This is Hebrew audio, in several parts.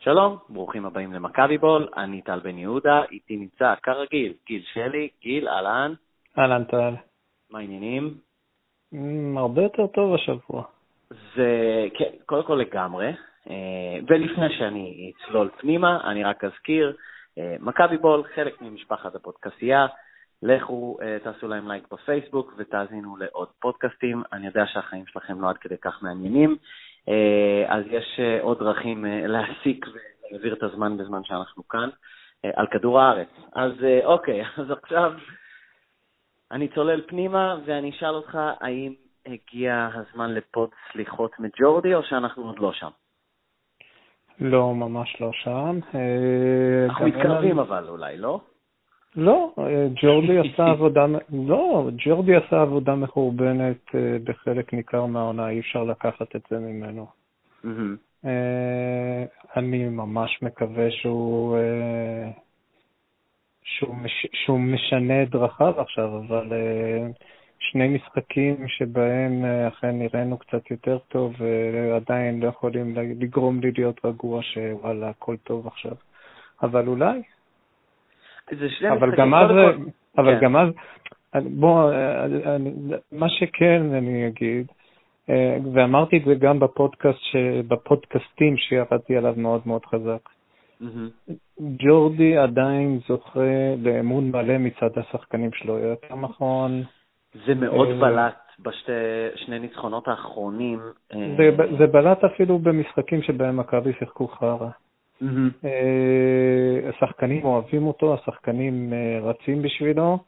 שלום, ברוכים הבאים למכבי בול, אני טל בן יהודה, איתי נמצא כרגיל, גיל שלי, גיל, אהלן. אהלן טל. מה העניינים? הרבה יותר טוב השבוע. זה, כן, קודם כל לגמרי, ולפני שאני אצלול פנימה, אני רק אזכיר, מכבי בול, חלק ממשפחת הפודקאסטייה, לכו, תעשו להם לייק בפייסבוק ותאזינו לעוד פודקאסטים, אני יודע שהחיים שלכם לא עד כדי כך מעניינים, אז יש עוד דרכים להסיק ולהעביר את הזמן בזמן שאנחנו כאן, על כדור הארץ. אז אוקיי, אז עכשיו אני צולל פנימה ואני אשאל אותך, האם הגיע הזמן לפוד סליחות מג'ורדי או שאנחנו עוד לא שם? לא, ממש לא שם. אנחנו מתקרבים אבל אולי, לא? לא, ג'ורדי עשה עבודה, לא, ג'ורדי עשה עבודה מחורבנת בחלק ניכר מהעונה, אי אפשר לקחת את זה ממנו. אני ממש מקווה שהוא משנה את דרכיו עכשיו, אבל שני משחקים שבהם אכן נראינו קצת יותר טוב, ועדיין לא יכולים לגרום לי להיות רגוע שוואלה, הכל טוב עכשיו. אבל אולי. אבל גם אז, בוא, מה שכן אני אגיד, ואמרתי את זה גם בפודקאסטים שירדתי עליו מאוד מאוד חזק. ג'ורדי עדיין זוכה לאמון מלא מצד השחקנים שלו, יותר נכון. זה מאוד בלט בשני ניצחונות האחרונים. זה בלט אפילו במשחקים שבהם מכבי שיחקו חרא. השחקנים אוהבים אותו, השחקנים רצים בשבילו.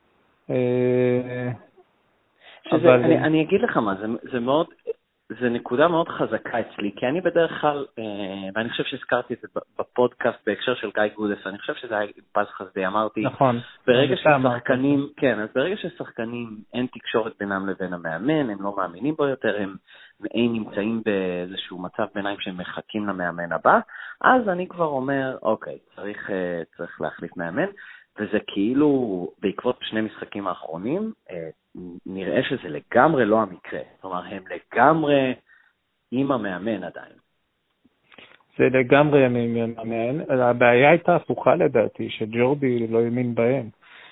אני אגיד לך מה, זה נקודה מאוד חזקה אצלי, כי אני בדרך כלל, ואני חושב שהזכרתי את זה בפודקאסט בהקשר של גיא גודס, אני חושב שזה היה פז חסדי, אמרתי, נכון, ברגע ששחקנים, כן, אז ברגע ששחקנים אין תקשורת בינם לבין המאמן, הם לא מאמינים בו יותר, הם נמצאים באיזשהו מצב ביניים שהם מחכים למאמן הבא, אז אני כבר אומר, אוקיי, צריך להחליף מאמן, וזה כאילו, בעקבות שני משחקים האחרונים, נראה שזה לגמרי לא המקרה. זאת אומרת, הם לגמרי עם המאמן עדיין. זה לגמרי עם המאמן. הבעיה הייתה הפוכה לדעתי, שג'ורדי לא האמין בהם.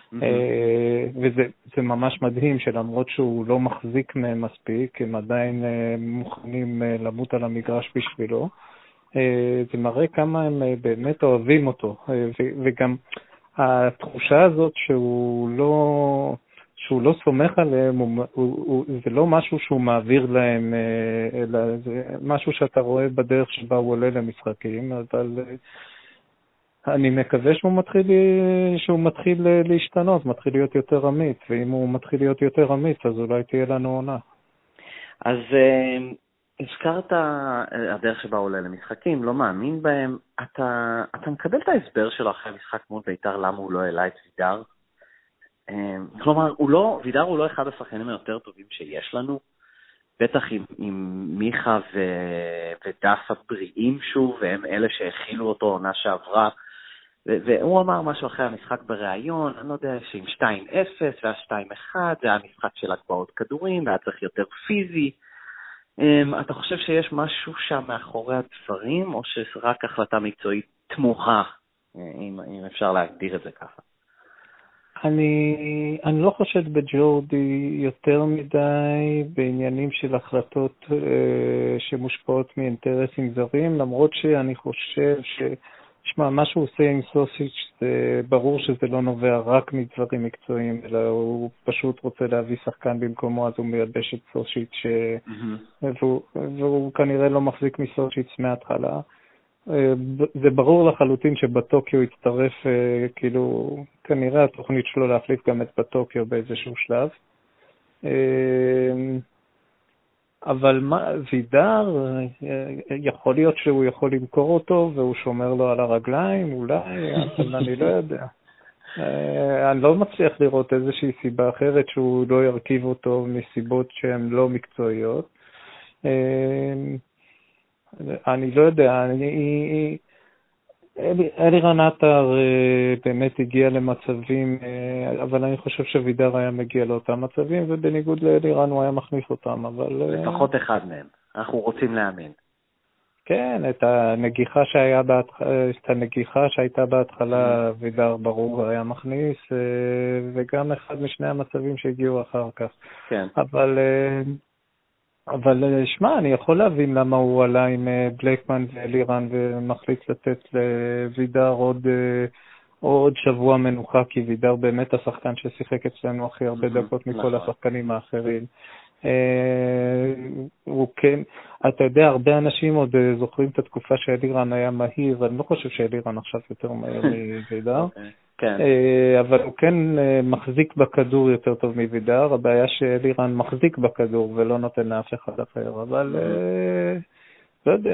וזה ממש מדהים שלמרות שהוא לא מחזיק מהם מספיק, הם עדיין מוכנים למות על המגרש בשבילו. זה מראה כמה הם באמת אוהבים אותו. וגם התחושה הזאת שהוא לא סומך עליהם, זה לא משהו שהוא מעביר להם, אלא זה משהו שאתה רואה בדרך שבה הוא עולה למשחקים, אבל אני מקווה שהוא מתחיל להשתנות, מתחיל להיות יותר אמיץ, ואם הוא מתחיל להיות יותר אמיץ, אז אולי תהיה לנו עונה. אז הזכרת הדרך שבה הוא עולה למשחקים, לא מאמין בהם, אתה מקבל את ההסבר שלו אחרי המשחק מול בית"ר, למה הוא לא העלה את וידר? כלומר, וידר הוא לא אחד השחקנים היותר טובים שיש לנו, בטח עם מיכה ודף הבריאים שוב, והם אלה שהכילו אותו עונה שעברה, והוא אמר משהו אחרי המשחק בראיון, אני לא יודע, שעם 2-0 והיה 2-1, זה היה משחק של הגבעות כדורים, והיה צריך יותר פיזי. אתה חושב שיש משהו שם מאחורי הדברים, או שרק החלטה מקצועית תמוהה, אם אפשר להגדיר את זה ככה? אני לא חושד בג'ורדי יותר מדי בעניינים של החלטות שמושפעות מאינטרסים זרים, למרות שאני חושב מה שהוא עושה עם סוסיץ' זה ברור שזה לא נובע רק מדברים מקצועיים, אלא הוא פשוט רוצה להביא שחקן במקומו, אז הוא מייבש את סוסיץ' והוא כנראה לא מחזיק מסוסיץ' מההתחלה. זה ברור לחלוטין שבטוקיו יצטרף, כאילו, כנראה התוכנית שלו להחליף גם את בטוקיו באיזשהו שלב. אבל וידר, יכול להיות שהוא יכול למכור אותו והוא שומר לו על הרגליים, אולי, אבל אני לא יודע. אני לא מצליח לראות איזושהי סיבה אחרת שהוא לא ירכיב אותו מסיבות שהן לא מקצועיות. אני לא יודע, אלירן עטר באמת הגיע למצבים, אבל אני חושב שווידר היה מגיע לאותם מצבים, ובניגוד לאלירן הוא היה מכניס אותם, אבל... לפחות אחד מהם, אנחנו רוצים להאמין. כן, את הנגיחה שהייתה בהתחלה וידר ברור היה מכניס, וגם אחד משני המצבים שהגיעו אחר כך. כן. אבל שמע, אני יכול להבין למה הוא עלה עם בלקמן ואלירן ומחליט לתת לוידר עוד שבוע מנוחה, כי וידר באמת השחקן ששיחק אצלנו הכי הרבה דקות מכל השחקנים האחרים. הוא כן, אתה יודע, הרבה אנשים עוד זוכרים את התקופה שאלירן היה מהיר, אני לא חושב שאלירן עכשיו יותר מהיר מוידר, אבל הוא כן מחזיק בכדור יותר טוב מוידר. הבעיה שאלירן מחזיק בכדור ולא נותן לאף אחד אחר, אבל לא יודע,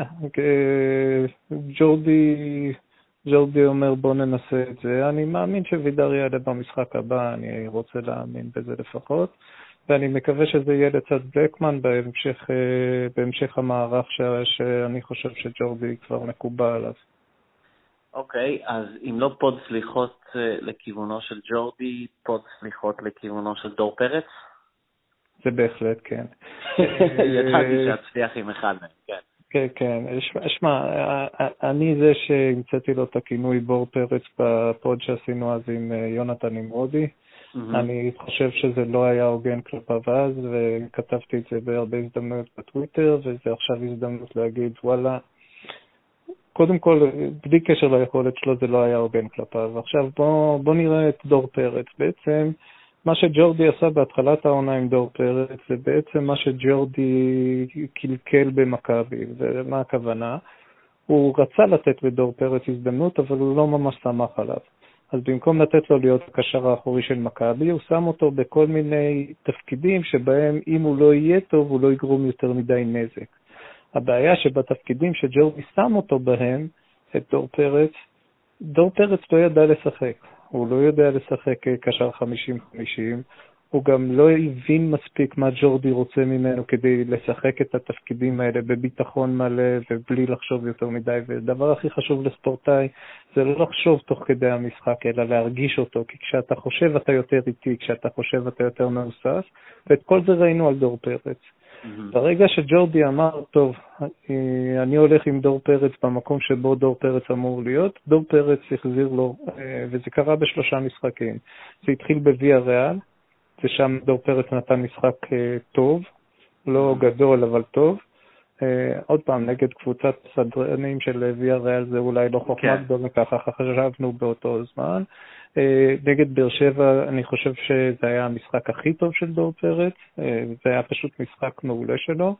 ג'ורדי אומר בוא ננסה את זה. אני מאמין שווידר יעלה במשחק הבא, אני רוצה להאמין בזה לפחות, ואני מקווה שזה יהיה לצד בלקמן בהמשך המערך שאני חושב שג'ורדי כבר מקובל עליו. אוקיי, אז אם לא פוד סליחות לכיוונו של ג'ורדי, פוד סליחות לכיוונו של דור פרץ? זה בהחלט, כן. ידעתי שהצליח עם אחד מהם, כן. כן, כן. שמע, אני זה שהמצאתי לו את הכינוי בור פרץ בפוד שעשינו אז עם יונתן נמרודי. אני חושב שזה לא היה הוגן כלפיו אז, וכתבתי את זה בהרבה הזדמנות בטוויטר, וזה עכשיו הזדמנות להגיד, וואלה, קודם כל, בלי קשר ליכולת שלו, זה לא היה הוגן כלפיו. עכשיו בוא נראה את דור פרץ. בעצם, מה שג'ורדי עשה בהתחלת העונה עם דור פרץ, זה בעצם מה שג'ורדי קלקל במכבי. ומה הכוונה? הוא רצה לתת לדור פרץ הזדמנות, אבל הוא לא ממש שמח עליו. אז במקום לתת לו להיות הקשר האחורי של מכבי, הוא שם אותו בכל מיני תפקידים שבהם אם הוא לא יהיה טוב, הוא לא יגרום יותר מדי נזק. הבעיה שבתפקידים שג'ורדי שם אותו בהם, את דור פרץ לא ידע לשחק. הוא לא יודע לשחק קשר 50-50, הוא גם לא הבין מספיק מה ג'ורדי רוצה ממנו כדי לשחק את התפקידים האלה בביטחון מלא ובלי לחשוב יותר מדי. ודבר הכי חשוב לספורטאי זה לא לחשוב תוך כדי המשחק, אלא להרגיש אותו, כי כשאתה חושב אתה יותר איטי, כשאתה חושב אתה יותר מאוסס, ואת כל זה ראינו על דור פרץ. ברגע שג'ורדי אמר, טוב, אני הולך עם דור פרץ במקום שבו דור פרץ אמור להיות, דור פרץ החזיר לו, וזה קרה ב3 משחקים. זה התחיל בוויה ריאל, ושם דור פרץ נתן משחק טוב, לא גדול אבל טוב. עוד פעם, נגד קבוצת סדרנים של וויה ריאל זה אולי לא חוכמה גדולה, ככה חשבנו באותו זמן. נגד באר שבע אני חושב שזה היה המשחק הכי טוב של דור פרץ, זה היה פשוט משחק מעולה שלו,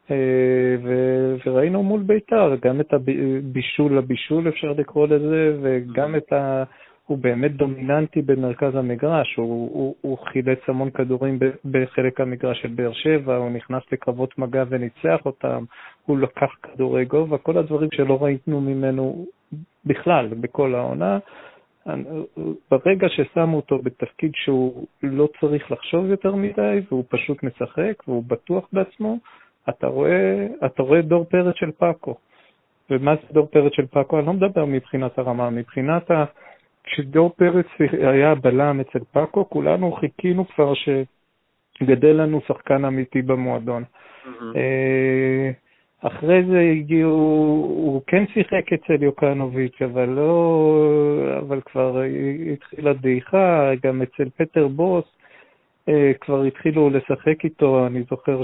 וראינו מול בית"ר גם את הבישול אפשר לקרוא לזה, וגם הוא באמת דומיננטי במרכז המגרש, הוא חילץ המון כדורים בחלק המגרש של באר שבע, הוא נכנס לקרבות מגע וניצח אותם, הוא לקח כדורי גובה, כל הדברים שלא ראינו ממנו בכלל בכל העונה. ברגע ששמו אותו בתפקיד שהוא לא צריך לחשוב יותר מדי, והוא פשוט משחק והוא בטוח בעצמו, אתה רואה דור פרץ של פאקו. ומה זה דור פרץ של פאקו? אני לא מדבר מבחינת הרמה, מבחינת כשדור פרץ היה בלם אצל פאקו, כולנו חיכינו כבר שגדל לנו שחקן אמיתי במועדון. אחרי זה הגיעו, הוא כן שיחק אצל יוקנוביץ', אבל כבר התחילה דעיכה, גם אצל פטר בוס כבר התחילו לשחק איתו. אני זוכר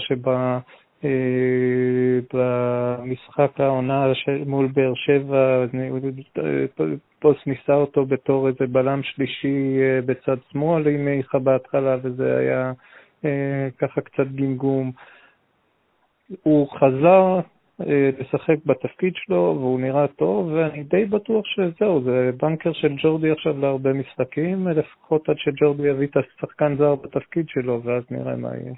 במשחק העונה מול באר שבע, בוס ניסה אותו בתור איזה בלם שלישי בצד שמאל עם איכה בהתחלה, וזה היה ככה קצת גמגום. הוא חזר לשחק בתפקיד שלו והוא נראה טוב, ואני די בטוח שזהו, זה בנקר של ג'ורדי עכשיו להרבה משחקים, לפחות עד שג'ורדי יביא את השחקן זר בתפקיד שלו, ואז נראה מה יהיה.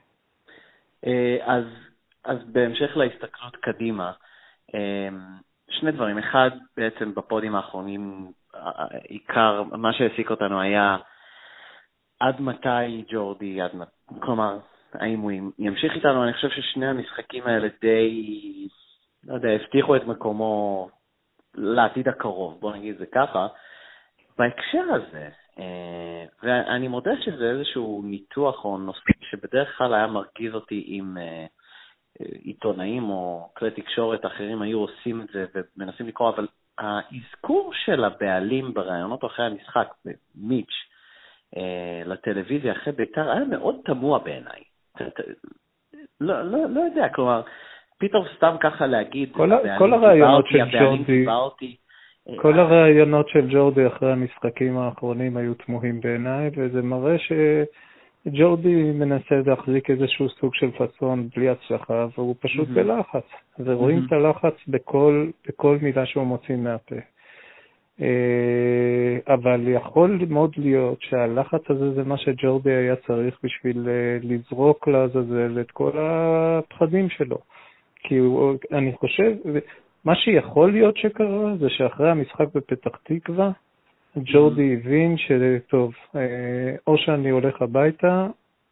אז בהמשך להסתכלות קדימה, שני דברים. אחד, בעצם בפודים האחרונים, עיקר, מה שהעסיק אותנו היה עד מתי ג'ורדי, כלומר, האם הוא ימשיך איתנו. אני חושב ששני המשחקים האלה די, לא יודע, הבטיחו את מקומו לעתיד הקרוב, בוא נגיד זה ככה. בהקשר הזה, ואני מודה שזה איזשהו ניתוח או נושא שבדרך כלל היה מרגיז אותי עם עיתונאים או כלי תקשורת אחרים היו עושים את זה ומנסים לקרוא, אבל האזכור של הבעלים ברעיונות אחרי המשחק, מיץ', לטלוויזיה אחרי בית"ר, היה מאוד תמוה בעיניי. לא יודע, כלומר, פתאום סתם ככה להגיד, כל הרעיונות של ג'ורדי, כל אה, הרעיונות של ג'ורדי אחרי המשחקים האחרונים היו תמוהים בעיניי, וזה מראה שג'ורדי מנסה להחזיק איזשהו סוג של פאסון בלי הצלחה, והוא פשוט בלחץ, ורואים את הלחץ בכל מילה שהוא מוציא מהפה. אבל יכול מאוד להיות שהלחץ הזה זה מה שג'ורדי היה צריך בשביל לזרוק לעזאזל את כל הפחדים שלו. כי אני חושב, מה שיכול להיות שקרה זה שאחרי המשחק בפתח תקווה, ג'ורדי הבין שטוב, או שאני הולך הביתה,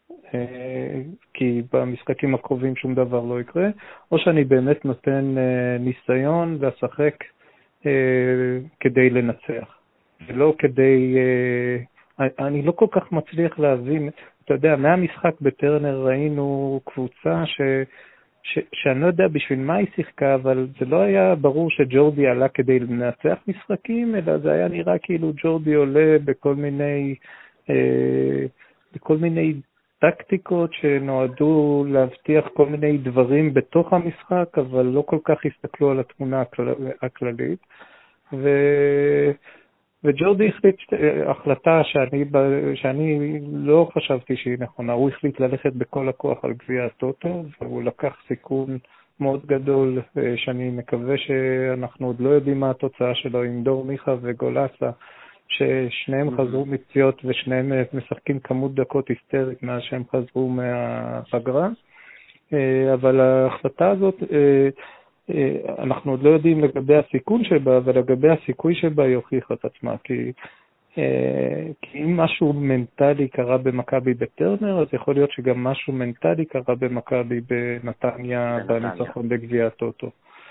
כי במשחקים הקרובים שום דבר לא יקרה, או שאני באמת נותן ניסיון לשחק כדי לנצח. ולא כדי, אני לא כל כך מצליח להבין, אתה יודע, מהמשחק בטרנר ראינו קבוצה שאני לא יודע בשביל מה היא שיחקה, אבל זה לא היה ברור שג'ורדי עלה כדי לנצח משחקים, אלא זה היה נראה כאילו ג'ורדי עולה בכל מיני טקטיקות שנועדו להבטיח כל מיני דברים בתוך המשחק, אבל לא כל כך הסתכלו על התמונה הכללית. וג'ורדי החליט החלטה שאני לא חשבתי שהיא נכונה. הוא החליט ללכת בכל הכוח על גביע הטוטו, והוא לקח סיכון מאוד גדול, שאני מקווה שאנחנו עוד לא יודעים מה התוצאה שלו עם דור מיכה וגולסה, ששניהם חזרו מפציעות ושניהם משחקים כמות דקות היסטרית מאז שהם חזרו מהפגרה. אבל ההחלטה הזאת, אנחנו עוד לא יודעים לגבי הסיכון שבה, ולגבי הסיכוי שבה היא הוכיחה את עצמה, כי אם משהו מנטלי קרה במכבי בטרנר, אז יכול להיות שגם משהו מנטלי קרה במכבי בנתניה, בניצחון בגביע הטוטו.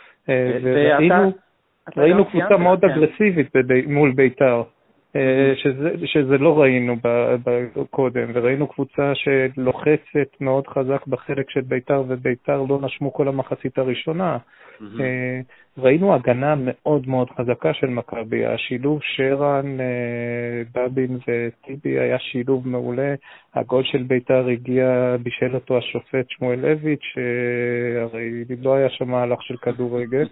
וראינו קבוצה מאוד אגרסיבית מול בית"ר, שזה לא ראינו קודם, וראינו קבוצה שלוחצת מאוד חזק בחלק של בית"ר, ובית"ר לא נשמו כל המחצית הראשונה. ראינו הגנה מאוד מאוד חזקה של מכבי, השילוב שרן, בבין וטיבי היה שילוב מעולה. הגול של בית"ר הגיע בשל אותו השופט שמואלביץ', שהרי לא היה שם מהלך של כדורגל.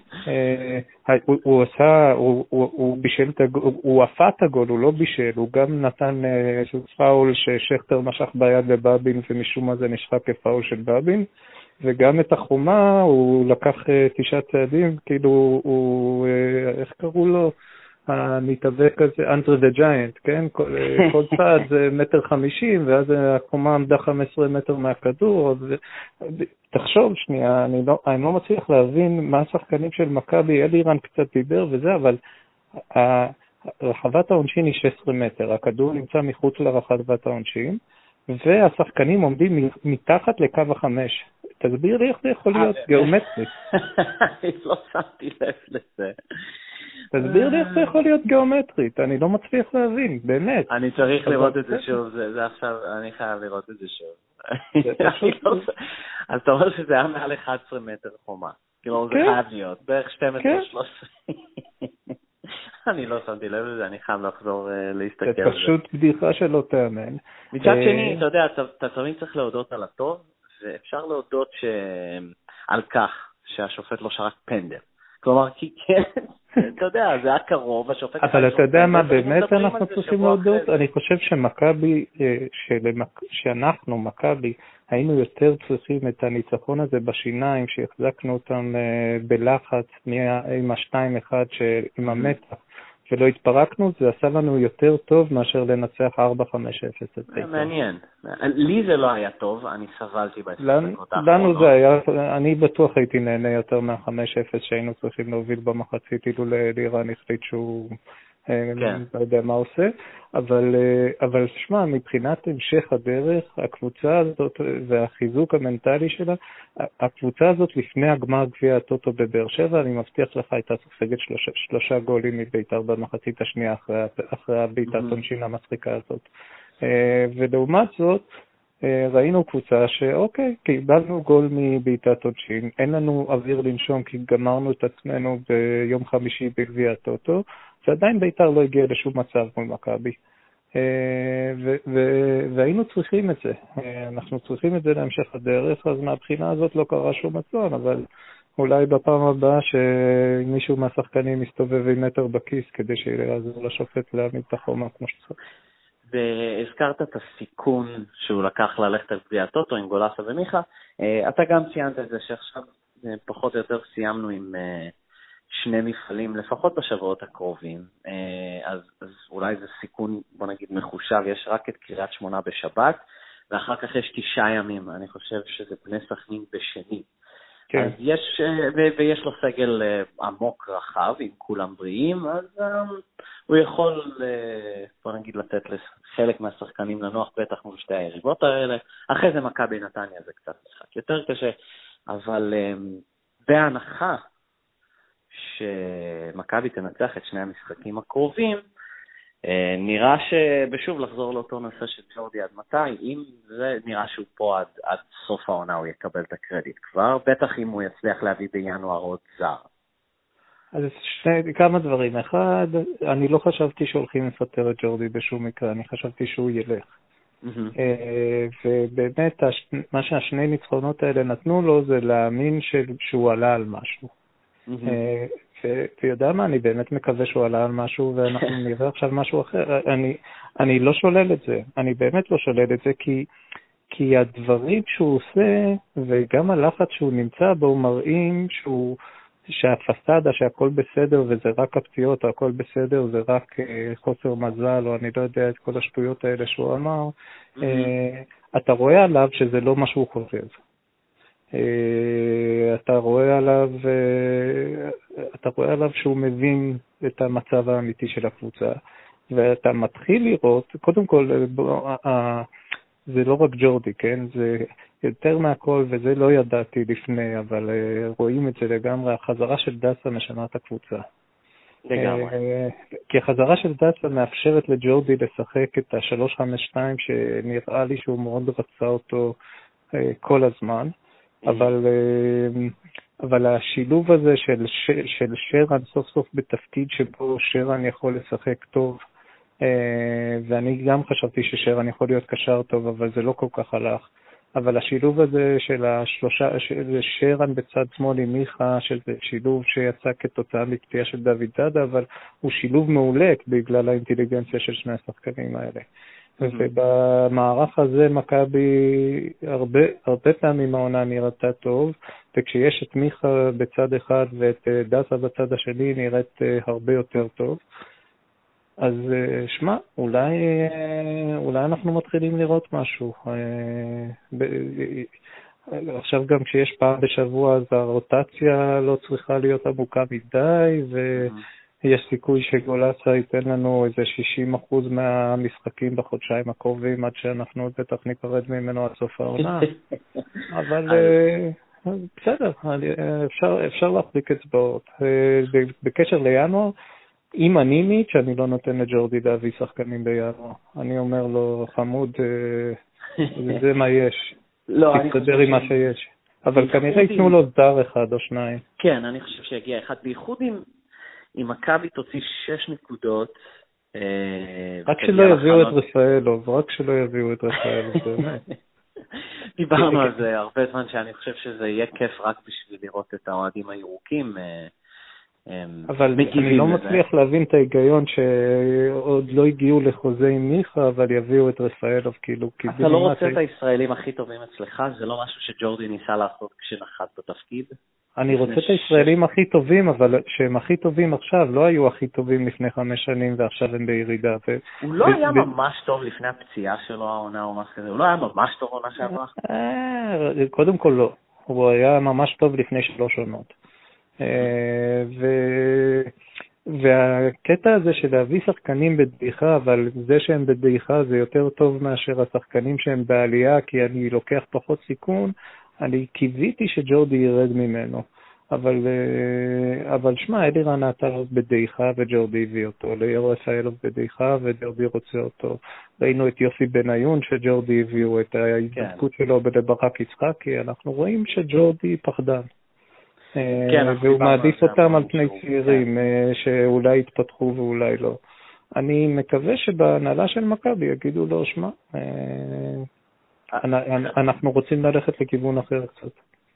הוא עפה את הגול, הוא לא בישל, הוא גם נתן פאול ששכטר משך ביד לבבין, ומשום מה זה נשחק כפאול של בבין. וגם את החומה הוא לקח 9 צעדים, כאילו הוא, איך קראו לו? המתאבק הזה, אנדרה דה ג'יינט, כן? כל צעד זה 1.50 מטר, ואז החומה עמדה 15 מטר מהכדור. תחשוב שנייה, אני לא מצליח להבין מה השחקנים של מכבי, אלירן קצת דיבר וזה, אבל רחבת העונשין היא 16 מטר, הכדור נמצא מחוץ לרחבת העונשין, והשחקנים עומדים מתחת לקו 5. תסביר לי איך זה יכול להיות גיאומטרי. לא שמתי לב לזה. תסביר לי איך זה יכול להיות גיאומטרית, אני לא מצליח להבין, באמת. אני צריך לראות את זה שוב, זה עכשיו, אני חייב לראות את זה שוב. אז אתה אומר שזה היה מעל 11 מטר חומה. כאילו זה חייב להיות, בערך 12-13. אני לא שמתי לב לזה, אני חייב לחזור להסתכל על זה. זה פשוט בדיחה שלא תאמן. מצד שני, אתה יודע, אתה תמיד צריך להודות על הטוב, ואפשר להודות על כך שהשופט לא שרק פנדל. כלומר, כי כן, אתה יודע, זה היה קרוב, השופט... אבל אתה יודע מה באמת אנחנו צריכים להודות? אני חושב שמכבי, שאנחנו, מכבי, היינו יותר צריכים את הניצחון הזה בשיניים, שהחזקנו אותם בלחץ עם ה-2-1 עם המתח, ולא התפרקנו, זה עשה לנו יותר טוב מאשר לנצח 4-5-0. מעניין. לי זה לא היה טוב, אני סבלתי בהספקות האחרונות. לנו זה היה, אני בטוח הייתי נהנה יותר מה-5-0 שהיינו צריכים להוביל במחצית, אילו לירן החליט שהוא לא יודע מה עושה, אבל תשמע, מבחינת המשך הדרך, הקבוצה הזאת והחיזוק המנטלי שלה, הקבוצה הזאת לפני הגמר גביע הטוטו בבאר שבע, אני מבטיח לך הייתה סופגת 3 גולים מבית"ר במחצית השנייה אחרי הביתת עונשין המצחיקה הזאת. ולעומת זאת, ראינו קבוצה שאוקיי, קיבלנו גול מבעיטת עונשין, אין לנו אוויר לנשום כי גמרנו את עצמנו ביום חמישי בגביע הטוטו, ועדיין בית"ר לא הגיע לשום מצב מול מכבי. והיינו צריכים את זה, אנחנו צריכים את זה להמשך הדרך, אז מהבחינה הזאת לא קרה שום אסון, אבל אולי בפעם הבאה שמישהו מהשחקנים מסתובב עם מטר בכיס כדי שיעזור לשופט להעמיד את החומה כמו שצריך. והזכרת את הסיכון שהוא לקח ללכת על גביע הטוטו עם גולסה ומיכה, אתה גם ציינת את זה שעכשיו פחות או יותר סיימנו עם שני מפעלים לפחות בשבועות הקרובים, אז אולי זה סיכון, בוא נגיד מחושב, יש רק את קריית שמונה בשבת, ואחר כך יש 9 ימים, אני חושב שזה בני סכנין בשני. כן. אז ויש לו סגל עמוק רחב, עם כולם בריאים, אז הוא יכול, בוא נגיד, לתת לחלק מהשחקנים לנוח בטח מול שתי היריבות האלה. אחרי זה מכבי נתניה זה קצת משחק יותר קשה, אבל בהנחה שמכבי תנצח את שני המשחקים הקרובים, נראה שבשוב לחזור לאותו נושא של ג'ורדי עד מתי, אם זה נראה שהוא פה עד סוף העונה הוא יקבל את הקרדיט כבר, בטח אם הוא יצליח להביא בינואר עוד זר. אז כמה דברים. אחד, אני לא חשבתי שהולכים לפטר את ג'ורדי בשום מקרה, אני חשבתי שהוא ילך. ובאמת מה שהשני ניצחונות האלה נתנו לו זה להאמין שהוא עלה על משהו. ויודע מה, אני באמת מקווה שהוא עלה על משהו ואנחנו נראה עכשיו משהו אחר. אני לא שולל את זה, אני באמת לא שולל את זה, כי הדברים שהוא עושה וגם הלחץ שהוא נמצא בו מראים שהפסדה, שהכל בסדר וזה רק הפציעות, או הכל בסדר, זה רק חוסר מזל, או אני לא יודע את כל השטויות האלה שהוא אמר, אתה רואה עליו שזה לא משהו חושב. אתה רואה עליו שהוא מבין את המצב האמיתי של הקבוצה, ואתה מתחיל לראות, קודם כל, זה לא רק ג'ורדי, כן? זה יותר מהכל, וזה לא ידעתי לפני, אבל רואים את זה לגמרי, החזרה של דסה משנה את הקבוצה. לגמרי. כי החזרה של דסה מאפשרת לג'ורדי לשחק את ה-3-5-2, שנראה לי שהוא מאוד רצה אותו כל הזמן. אבל השילוב הזה של שרן סוף סוף בתפקיד שבו שרן יכול לשחק טוב, ואני גם חשבתי ששרן יכול להיות קשר טוב, אבל זה לא כל כך הלך. אבל השילוב הזה של שרן בצד שמאל עם מיכה, שזה שילוב שיצא כתוצאה מפציעה של דוד זאדה, אבל הוא שילוב מעולה בגלל האינטליגנציה של שני השחקנים האלה. ובמערך הזה מכבי הרבה פעמים העונה נראתה טוב, וכשיש את מיכה בצד אחד ואת דסה בצד השני נראית הרבה יותר טוב. אז שמע, אולי אנחנו מתחילים לראות משהו. עכשיו גם כשיש פעם בשבוע אז הרוטציה לא צריכה להיות עמוקה מדי, יש סיכוי שגולסה ייתן לנו איזה 60% מהמשחקים בחודשיים הקרובים, עד שאנחנו בטח ניפרד ממנו עד סוף העונה. אבל בסדר, אפשר להחזיק אצבעות. בקשר לינואר, אם אני מיץ' אני לא נותן לג'ורדי להביא שחקנים בינואר. אני אומר לו, חמוד, זה מה יש. תסתדר עם מה שיש. אבל כנראה ייתנו לו זר אחד או שניים. כן, אני חושב שיגיע אחד, בייחוד אם מכבי תוציא 6 נקודות. רק שלא יביאו את רפאלוב, באמת. דיברנו על זה הרבה זמן, שאני חושב שזה יהיה כיף רק בשביל לראות את האוהדים הירוקים. אבל אני לא מצליח להבין את ההיגיון שעוד לא הגיעו לחוזה עם מיכה, אבל יביאו את רפאלוב, כאילו... אתה לא רוצה את הישראלים הכי טובים אצלך? זה לא משהו שג'ורדי ניסה לעשות כשנחת בתפקיד? אני רוצה את הישראלים הכי טובים, אבל שהם הכי טובים עכשיו, לא היו הכי טובים לפני 5 שנים, ועכשיו הם בירידה. הוא לא היה ממש טוב לפני הפציעה שלו, העונה או משהו כזה? הוא לא היה ממש טוב עונה שעברה? קודם כל לא. הוא היה ממש טוב לפני 3 עונות. והקטע הזה של להביא שחקנים בדעיכה, אבל זה שהם בדעיכה זה יותר טוב מאשר השחקנים שהם בעלייה, כי אני לוקח פחות סיכון, אני קיוויתי שג'ורדי ירד ממנו. אבל שמע, אלירן עטר בדעיכה וג'ורדי הביא אותו, ליאור רפאלוב בדעיכה וג'ורדי רוצה אותו. ראינו את יוסי בניון שג'ורדי הביאו את ההתדבקות שלו בלברק יצחקי, אנחנו רואים שג'ורדי פחדן. והוא מעדיף אותם על פני צעירים שאולי יתפתחו ואולי לא. אני מקווה שבהנהלה של מכבי יגידו לו, שמע, אנחנו רוצים ללכת לכיוון אחר קצת.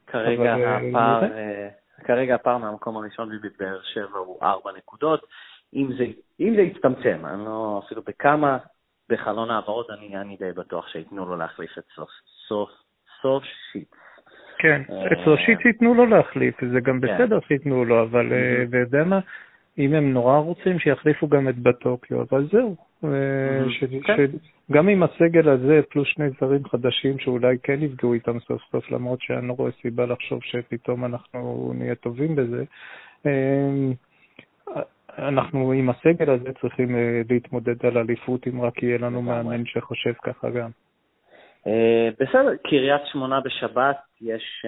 כרגע הפער מהמקום הראשון בבאר שבע הוא 4 נקודות. אם זה יצטמצם, אני לא אפילו בכמה, בחלון העברות, אני די בטוח שיתנו לו להחליף את סוף שיט. כן, את סושיט ייתנו לו להחליף, זה גם בסדר שייתנו לו, אבל ויודע מה, אם הם נורא רוצים שיחליפו גם את בטוקיו, אבל זהו. גם עם הסגל הזה, פלוס 2 זרים חדשים שאולי כן יפגעו איתם סוף סוף, למרות שאני לא רואה סיבה לחשוב שפתאום אנחנו נהיה טובים בזה. אנחנו עם הסגל הזה צריכים להתמודד על אליפות, אם רק יהיה לנו מאמן שחושב ככה גם. בסדר, קריית שמונה בשבת, יש...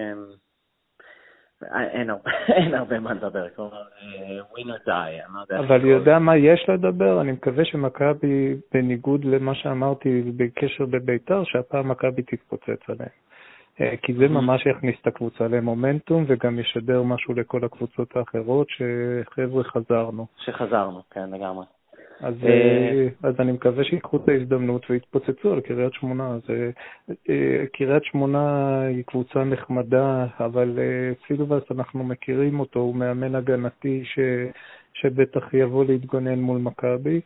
אין הרבה מה לדבר, כלומר, win or die. אבל יודע מה יש לדבר? אני מקווה שמכבי, בניגוד למה שאמרתי בקשר בביתר, שהפעם מכבי תתפוצץ עליהם. כי זה ממש יכניס את הקבוצה למומנטום, וגם ישדר משהו לכל הקבוצות האחרות, שחבר'ה חזרנו, כן, לגמרי. אז אני מקווה שיקחו את ההזדמנות והתפוצצו על קריית שמונה. קריית שמונה היא קבוצה נחמדה, אבל סילבס אנחנו מכירים אותו, הוא מאמן הגנתי שבטח יבוא להתגונן מול מכבי,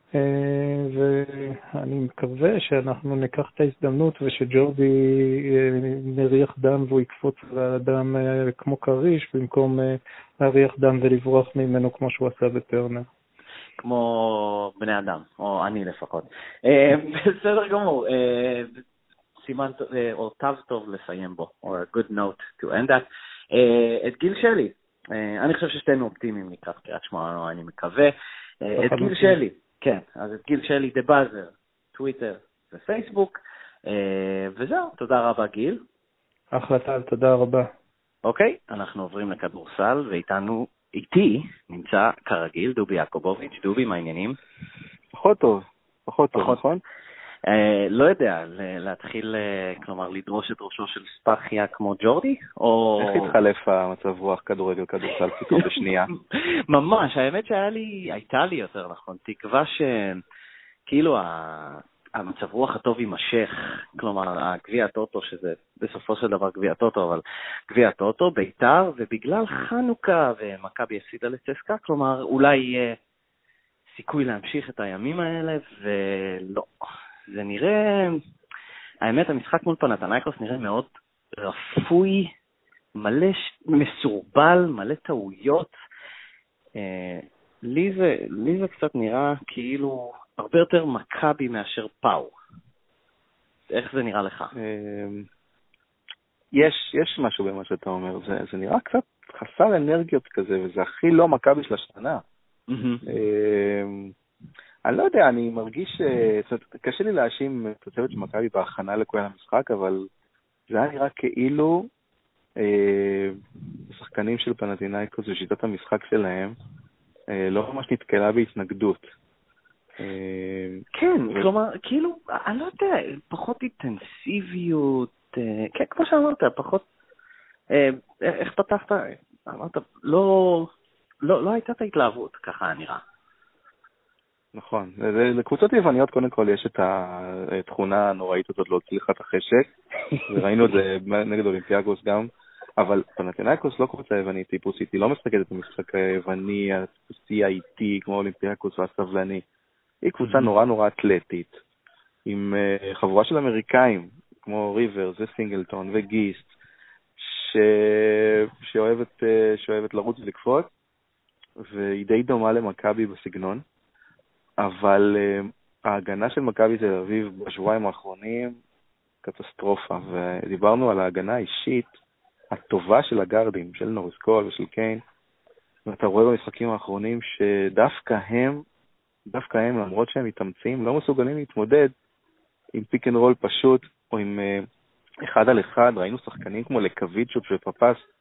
ואני מקווה שאנחנו ניקח את ההזדמנות ושג'ורדי נריח דם והוא יקפוץ לאדם כמו קריש, במקום להריח דם ולברוח ממנו כמו שהוא עשה בטרנר. כמו בני אדם, או אני לפחות. בסדר גמור, סימן, או תו טוב לסיים בו, או a good note to end that. את גיל שלי, אני חושב ששתינו אופטימיים לקראת קריית שמונה, אני מקווה. את גיל שלי, כן, אז את גיל שלי, The Buzzer, טוויטר ופייסבוק, וזהו, תודה רבה גיל. החלטה, תודה רבה. אוקיי, אנחנו עוברים לכדורסל, איתי נמצא כרגיל דובי יעקובוביץ'. דובי, מה העניינים? פחות טוב, נכון? לא יודע, להתחיל, כלומר, לדרוש את ראשו של ספחיה כמו ג'ורדי? איך התחלף המצב רוח כדורגל כדורסל פתאום בשנייה? ממש, האמת הייתה לי יותר נכון, תקווה שכאילו המצב רוח הטוב יימשך, כלומר, הגביע הטוטו, שזה בסופו של דבר גביע הטוטו, אבל גביע הטוטו, ביתר, ובגלל חנוכה ומכבי הפסידה לצסקה, כלומר, אולי יהיה סיכוי להמשיך את הימים האלה, ולא. זה נראה, האמת, המשחק מול פנתנייקוס נראה מאוד רפוי, מלא מסורבל, מלא טעויות. לי זה קצת נראה כאילו הרבה יותר מכבי מאשר פאו. איך זה נראה לך? יש משהו במה שאתה אומר, זה נראה קצת חסר אנרגיות כזה, וזה הכי לא מכבי של השנה. אני לא יודע, אני מרגיש, קשה לי להאשים את הצוות של מכבי בהכנה לכל המשחק, אבל זה היה נראה כאילו השחקנים של פנתנייקוס ושיטת המשחק שלהם לא ממש נתקלה בהתנגדות. כן, כלומר, כאילו, אני לא יודע, פחות אינטנסיביות, כן, כמו שאמרת, פחות, איך פתחת? אמרת, לא הייתה את ההתלהבות, ככה נראה. נכון, לקבוצות יווניות קודם כל יש את התכונה הנוראית הזאת להוציא לך את החשק, וראינו את זה נגד אולימפיאקוס גם, אבל פנתנייקוס לא קבוצה יוונית טיפוסית, היא לא משחקת את המשחק היווני, הטיפוסי האיטי כמו אולימפיאקוס והסבלני, היא קבוצה נורא אתלטית, עם חבורה של אמריקאים, כמו ריברס וסינגלטון וגיסט, שאוהבת לרוץ ולקפוץ, והיא די דומה למכבי בסגנון, אבל ההגנה של מכבי תל אביב בשבועיים האחרונים קטסטרופה, ודיברנו על ההגנה האישית הטובה של הגארדים, של נוריס קול ושל קיין, ואתה רואה במשחקים האחרונים שדווקא הם, למרות שהם מתאמצים, לא מסוגלים להתמודד עם פיק אנד רול פשוט, או עם אחד על אחד. ראינו שחקנים כמו לקוויצ'וק ופפס,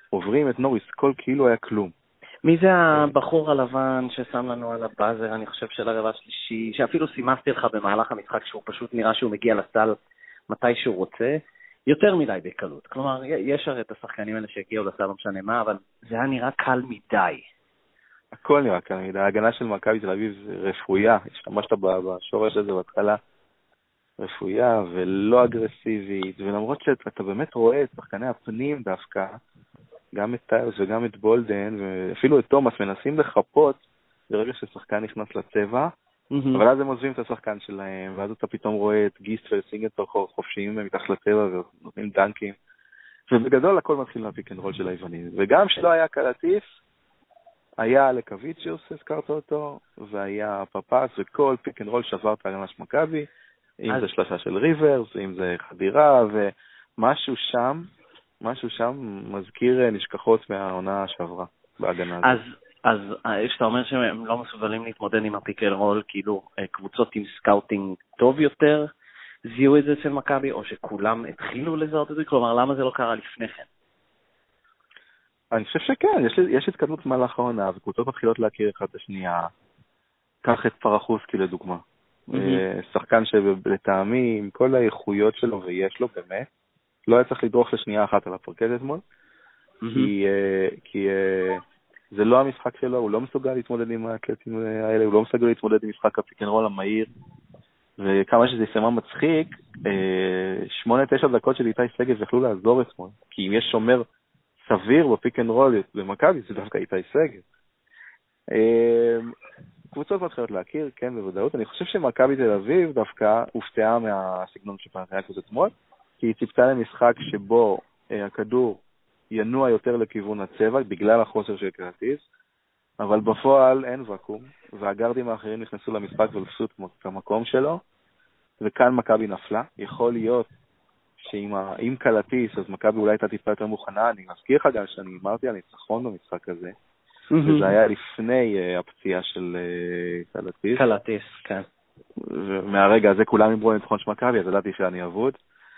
עוברים את נוריס קול כאילו היה כלום. מי זה הבחור הלבן ששם לנו על הבאזר, אני חושב של הרבע השלישי, שאפילו סימסתי לך במהלך המשחק שהוא פשוט נראה שהוא מגיע לסל מתי שהוא רוצה, יותר מדי בקלות. כלומר, יש הרי את השחקנים האלה שהגיעו לסל, לא משנה מה, אבל זה היה נראה קל מדי. הכל נראה קל מדי. ההגנה של מכבי תל אביב זה רפויה, השתמשת בשורש הזה בהתחלה, רפויה ולא אגרסיבית, ולמרות שאתה באמת רואה את שחקני הפנים דווקא, גם את טיילס וגם את בולדן, ואפילו את תומאס, מנסים לחפות ברגע ששחקן נכנס לצבע, אבל אז הם עוזבים את השחקן שלהם, ואז אתה פתאום רואה את גיסט וסינגטור חופשיים מתחת לצבע ונותנים דנקים, ובגדול הכל מתחיל מהפיק אנד רול של היוונים. וגם שלא היה קלטיס, היה לקוויצ'יוס, הזכרת אותו, והיה פפס, וכל פיק אנד רול שבר את ההגנה של מכבי, אם זה שלושה של ריברס, אם זה חדירה, ומשהו שם מזכיר נשכחות מהעונה שעברה בהגנה הזאת. אז שאתה אומר שהם לא מסוגלים להתמודד עם הפיק אנד רול, כאילו קבוצות עם סקאוטינג טוב יותר, זיהו את זה אצל מכבי, או שכולם התחילו לזהות את זה? כלומר, למה זה לא קרה לפני כן? אני חושב שכן, יש התקדמות במהלך העונה, וקבוצות מתחילות להכיר אחד את השנייה. קח את פרחוסקי לדוגמה. שחקן שלטעמי, עם כל האיכויות שלו ויש לו באמת, לא היה צריך לדרוך לשנייה אחת על הפרקט אתמול, כי זה לא המשחק שלו, הוא לא מסוגל להתמודד עם האתלטים האלה, הוא לא מסוגל להתמודד עם משחק הפיק אנד רול המהיר, וכמה שזה יסמה מצחיק, 8-9 דקות של איתי סגל יכלו לעזור אתמול, כי אם יש שומר סביר בפיק אנד רול במכבי, זה דווקא איתי סגל. קבוצות מתחילות להכיר, כן, בוודאות. אני חושב שמכבי תל אביב דווקא הופתעה מהסגנון שפנתנייקוס אתמול, כי היא ציפתה למשחק שבו הכדור ינוע יותר לכיוון הצבע, בגלל החוסר של קרטיס, אבל בפועל אין וקום, והגרדים האחרים נכנסו למשחק ולפסו את המקום שלו, וכאן מכבי נפלה. יכול להיות שעם קלטיס, אז מכבי אולי הייתה טיפה יותר מוכנה. אני מזכיר לך גם שאני אמרתי על ניצחון במשחק הזה, וזה היה לפני הפציעה של קלטיס. קלטיס, כן. ומהרגע הזה כולם אמרו ניצחון של מכבי, אז ידעתי שאני אבוד.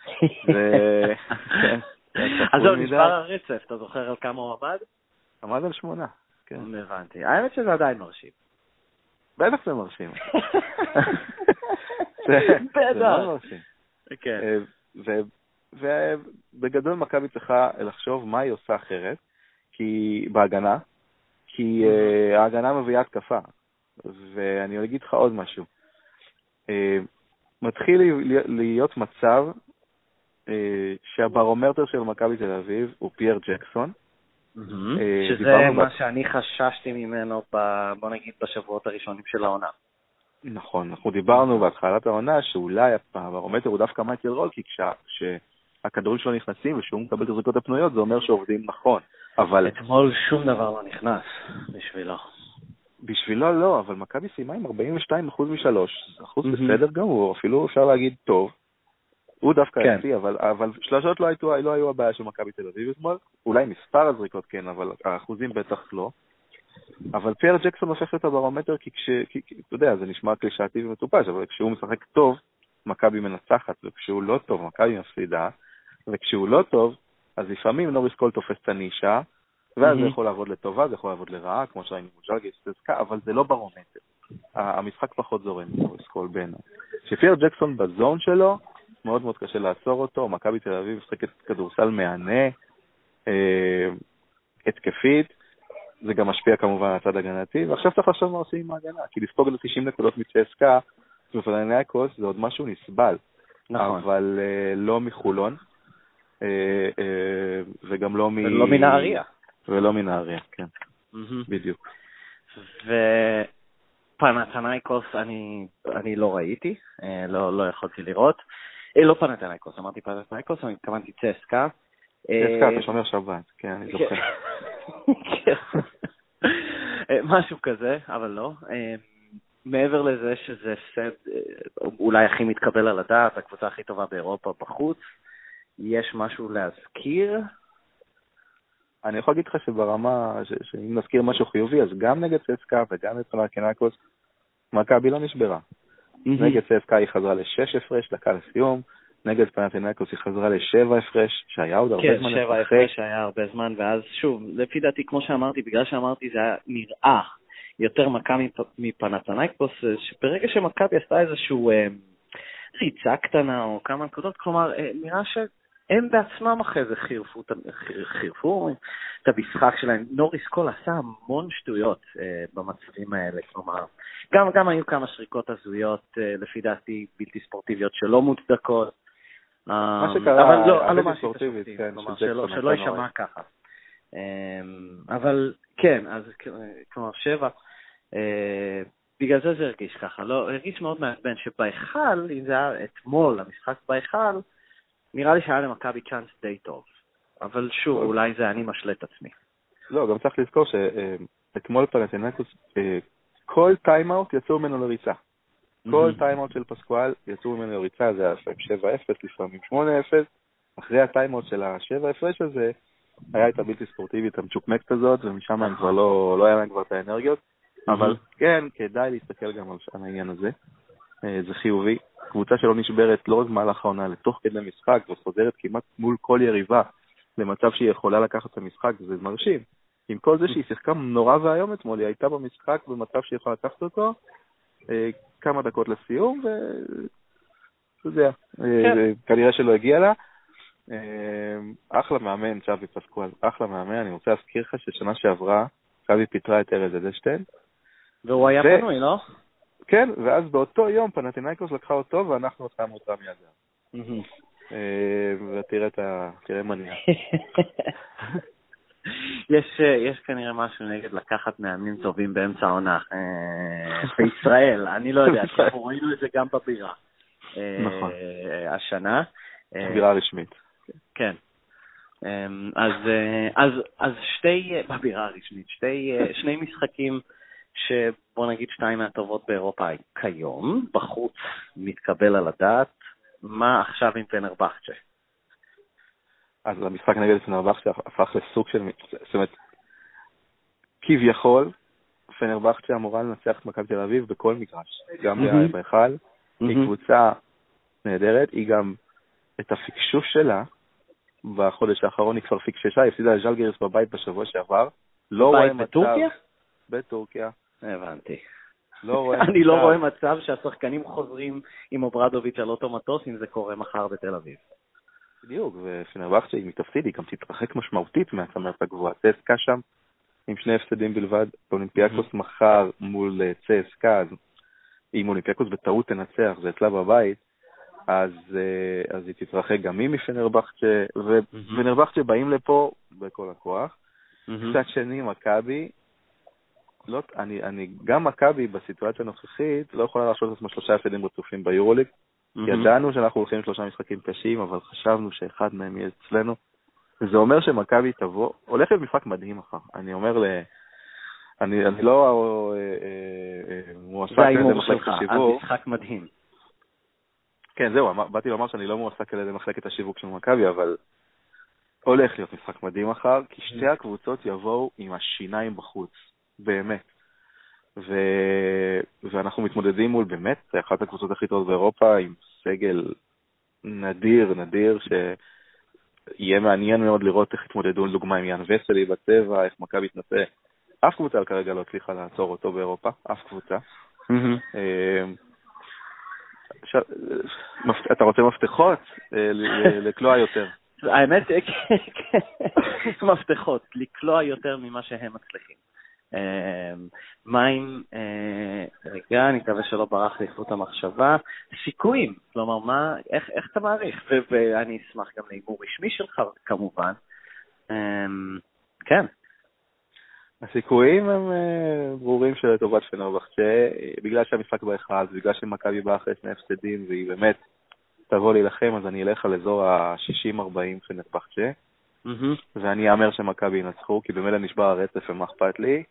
אז זהו, נשבר הרצף, אתה זוכר על כמה הוא עמד? עמד על 8, כן. הבנתי. האמת שזה עדיין מרשים. בטח זה מרשים. בטח. זה מאוד מרשים. כן. ובגדול מכבי צריכה לחשוב מה היא עושה אחרת, כי בהגנה, כי ההגנה מביאה התקפה. ואני אגיד לך עוד משהו. מתחיל להיות מצב שהברומטר של מכבי תל אביב הוא פייר ג'קסון. שזה מה שאני חששתי ממנו, בוא נגיד, בשבועות הראשונים של העונה. נכון, אנחנו דיברנו בהתחלת העונה שאולי הברומטר הוא דווקא מייקל רול, כי כשהכדורים שלו נכנסים ושהוא מקבל את הזריקות הפנויות, זה אומר שעובדים נכון. אבל אתמול שום דבר לא נכנס בשבילו. בשבילו לא, אבל מכבי סיימה עם 42% משלוש, זה אחוז בסדר גמור, אפילו אפשר להגיד טוב. הוא דווקא יפי, אבל שלושות לא היו הבעיה של מכבי תל אביב אתמול, אולי מספר הזריקות כן, אבל האחוזים בטח לא. אבל פייר ג'קסון הופך את הברומטר, כי אתה יודע, זה נשמע קלישאתי ומטופש, אבל כשהוא משחק טוב, מכבי מנצחת, וכשהוא לא טוב, מכבי מפסידה, וכשהוא לא טוב, אז לפעמים נוריס קול תופס את הנישה, ואז זה יכול לעבוד לטובה, זה יכול לעבוד לרעה, כמו שראינו מוג'לגיס, אבל זה לא ברומטר. המשחק פחות זורם נוריס קול בין. שפייר ג'קסון בזון שלו, מאוד מאוד קשה לעצור אותו, מכבי תל אביב משחקת כדורסל מענה, התקפית, זה גם משפיע כמובן על הצד הגנתי, ועכשיו צריך לחשוב מה עושים עם ההגנה, כי לספוג ל-90 נקודות מצ'סקה, ופנתנייקוס זה עוד משהו נסבל, נכון. אבל לא מחולון, וגם לא מנהריה. ולא מנהריה, כן, בדיוק. פנתנייקוס אני לא ראיתי, לא יכולתי לראות, לא פנתנייקוס, אמרתי פנתנייקוס, אני התכוונתי צ'סקה. צ'סקה, אתה שומר שבת, כן, אני זוכר. משהו כזה, אבל לא. מעבר לזה שזה סט אולי הכי מתקבל על הדעת, הקבוצה הכי טובה באירופה בחוץ, יש משהו להזכיר? אני יכול להגיד לך שברמה, שאם נזכיר משהו חיובי, אז גם נגד צסקה וגם נגד פנתנייקוס, מכבי לא נשברה. נגד צסקה היא חזרה ל6 הפרש, דקה לסיום, נגד פנתינייקוס היא חזרה ל7 הפרש, שהיה עוד הרבה זמן. כן, 7 הפרש היה הרבה זמן, ואז שוב, לפי דעתי, כמו שאמרתי, בגלל שאמרתי, זה היה נראה יותר מכה מפנתינייקוס, שברגע שמכבי עשתה איזשהו ריצה קטנה או כמה נקודות, כלומר, נראה שהם בעצמם אחרי זה חירפו את המשחק שלהם. נוריס קול עשה המון שטויות במצבים האלה, כלומר, גם היו כמה שריקות הזויות, לפי דעתי, בלתי ספורטיביות שלא מוצדקות. מה שקרה, אבל לא ספורטיבית, כלומר, שלא יישמע ככה. אבל כן, אז כלומר 7, בגלל זה הרגיש ככה, לא, הרגיש מאוד מעצבן שבהיכל, אם זה היה אתמול, המשחק בהיכל, נראה לי שהיה למכבי צ'אנס די טוב. אבל שוב, אולי זה אני משלה את עצמי. לא, גם צריך לזכור שאתמול פנתינייקוס, כל טיימאוט יצאו ממנו לריצה. כל טיימאוט של פסקואל יצאו ממנו לריצה, זה היה 7-0, לפעמים 8-0. אחרי הטיימאוט של ה7 הפרש הזה, היה את הבלתי ספורטיבית המצ'וקמקת הזאת, ומשם הם כבר לא היה להם כבר את האנרגיות. אבל כן, כדאי להסתכל גם על העניין הזה. זה חיובי. קבוצה שלא נשברת לא רק מהלך העונה, לתוך כדי משחק, וחוזרת כמעט מול כל יריבה, למצב שהיא יכולה לקחת את המשחק, זה מרשים. עם כל זה שהיא שיחקה נורא והיום אתמול, היא הייתה במשחק במצב שהיא יכולה לקחת אותו, כמה דקות לסיום, וזה כנראה שלא הגיע לה. אחלה מאמן, צ'אבי פסקואל, אחלה מאמן. אני רוצה להזכיר לך ששנה שעברה, צ'אבי פיטרה את ארז אדלשטיין. והוא היה פנוי, לא? כן, ואז באותו יום פנתינייקוס לקחה אותו, ואנחנו שמו אותה מיד. ותראה מניע. יש כנראה משהו נגד לקחת מאמנים טובים באמצע העונה בישראל, אני לא יודע, אנחנו ראינו את זה גם בבירה. נכון. השנה. בירה רשמית. כן. אז בבירה הרשמית, שני משחקים שבוא נגיד 2 מהטובות באירופה כיום, בחוץ מתקבל על הדעת, מה עכשיו עם פנרבחצ'ה? אז המשחק נגד פנרבחצ'ה הפך לסוג של, זאת אומרת, כביכול, פנרבחצ'ה אמורה לנצח את מכבי תל אביב בכל מגרש, גם בהיכל, היא קבוצה נהדרת, היא גם את הפיקשוש שלה, בחודש האחרון היא כבר פיקששה, היא הפסידה לז'לגיריס בבית בשבוע שעבר. בבית בטורקיה? בטורקיה. הבנתי. אני לא רואה מצב שהשחקנים חוזרים עם אוברדוביץ' על אותו מטוס, אם זה קורה מחר בתל אביב. בדיוק, ופנרבחצ'ה היא מתפסיד, היא גם תתרחק משמעותית מהצמרת הגבוהה. צסקה שם עם 2 הפסדים בלבד, אולימפיאקוס מחר מול צסקה, אם אולימפיאקוס בטעות תנצח, זה אצלה בבית, אז היא תתרחק גם היא מפנרבחצ'ה, ופנרבחצ'ה באים לפה בכל הכוח. קצת שני, מכבי, גם מכבי בסיטואציה הנוכחית לא יכולה להרשות לעצמה 3 הפסדים רצופים ביורוליג. ידענו שאנחנו הולכים 3 משחקים קשים, אבל חשבנו שאחד מהם יהיה אצלנו. זה אומר שמכבי תבוא, הולך להיות משחק מדהים מחר. אני אומר אני לא מועסק על ידי מחלקת השיווק. המשחק מדהים. כן, זהו, באתי לומר שאני לא מועסק על ידי מחלקת השיווק של מכבי, אבל הולך להיות משחק מדהים מחר, כי שתי הקבוצות יבואו עם השיניים בחוץ, באמת. ואנחנו מתמודדים מול באמת, זה אחת הקבוצות הכי טובות באירופה, עם סגל נדיר, שיהיה מעניין מאוד לראות איך התמודדו לדוגמה עם יאן וסלי בצבע, איך מכבי תנסה. אף קבוצה כרגע לא הצליחה לעצור אותו באירופה, אף קבוצה. אתה רוצה מפתחות? לקלוע יותר. האמת, מפתחות, לקלוע יותר ממה שהם מצליחים. מים, רגע, אני מקווה שלא ברח לאיכות המחשבה, סיכויים, כלומר, איך אתה מעריך? ואני אשמח גם לאימור רשמי שלך, כמובן. כן. הסיכויים הם ברורים של טובת פנרבחצ'ה, בגלל שהמשחק באחד, בגלל שמכבי באה אחרי 2 הפסדים, והיא באמת תבוא להילחם, אז אני אלך על אזור ה-60-40 פנרבחצ'ה, ואני אאמר שמכבי ינצחו, כי במילא נשבר הרצף ומה אכפת לי.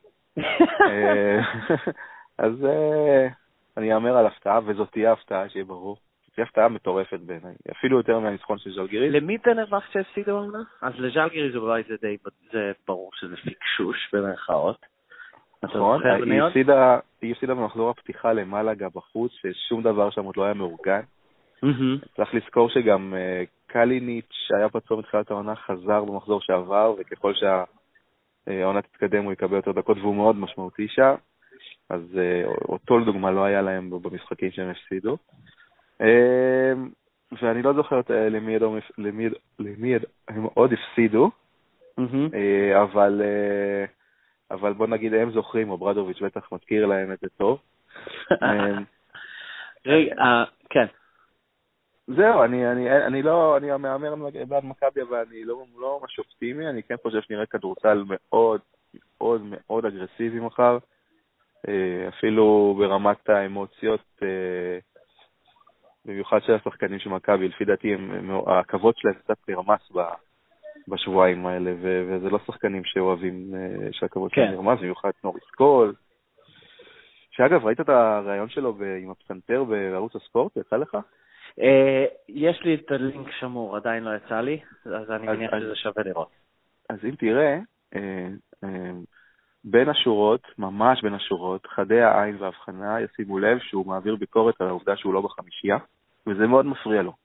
אז אני אאמר על הפתעה, וזאת תהיה הפתעה, שיהיה ברור. זאת תהיה הפתעה מטורפת בעיניי, אפילו יותר מהניצחון של ז'לגיריס. למי פנרבחצ'ה הפסידו עונה? אז לז'לגיריס בבית זה ברור שזה פיקשוש במרכאות. נכון, היא הפסידה במחזור הפתיחה למלאגה בחוץ, ששום דבר שם עוד לא היה מאורגן. צריך לזכור שגם קליניץ' שהיה פצוע מתחילת העונה חזר במחזור שעבר, וככל שהעונה תתקדם הוא יקבל יותר דקות והוא מאוד משמעותי שם, אז אותו לדוגמה לא היה להם במשחקים שהם הפסידו. ואני לא זוכר למי הם עוד הפסידו, אבל בוא נגיד הם זוכרים, אוברדוביץ' בטח מזכיר להם את זה טוב. כן. זהו, אני מהמר בעד מכבי, אבל אני לא ממש אופטימי, אני כן חושב שנראה כדורסל מאוד מאוד מאוד אגרסיבי מחר, אפילו ברמת האמוציות, במיוחד של השחקנים של מכבי, לפי דעתי הכבוד שלהם קצת נרמס בשבועיים האלה, וזה לא שחקנים שאוהבים שהכבוד שלהם נרמס, במיוחד נוריס קול, שאגב, ראית את הרעיון שלו עם הפסנתר בערוץ הספורט? יצא לך? יש לי את הלינק שמור, עדיין לא יצא לי, אז אני מניח שזה שווה לראות. אז אם תראה, בין השורות, ממש בין השורות, חדי העין וההבחנה ישימו לב שהוא מעביר ביקורת על העובדה שהוא לא בחמישייה, וזה מאוד מפריע לו.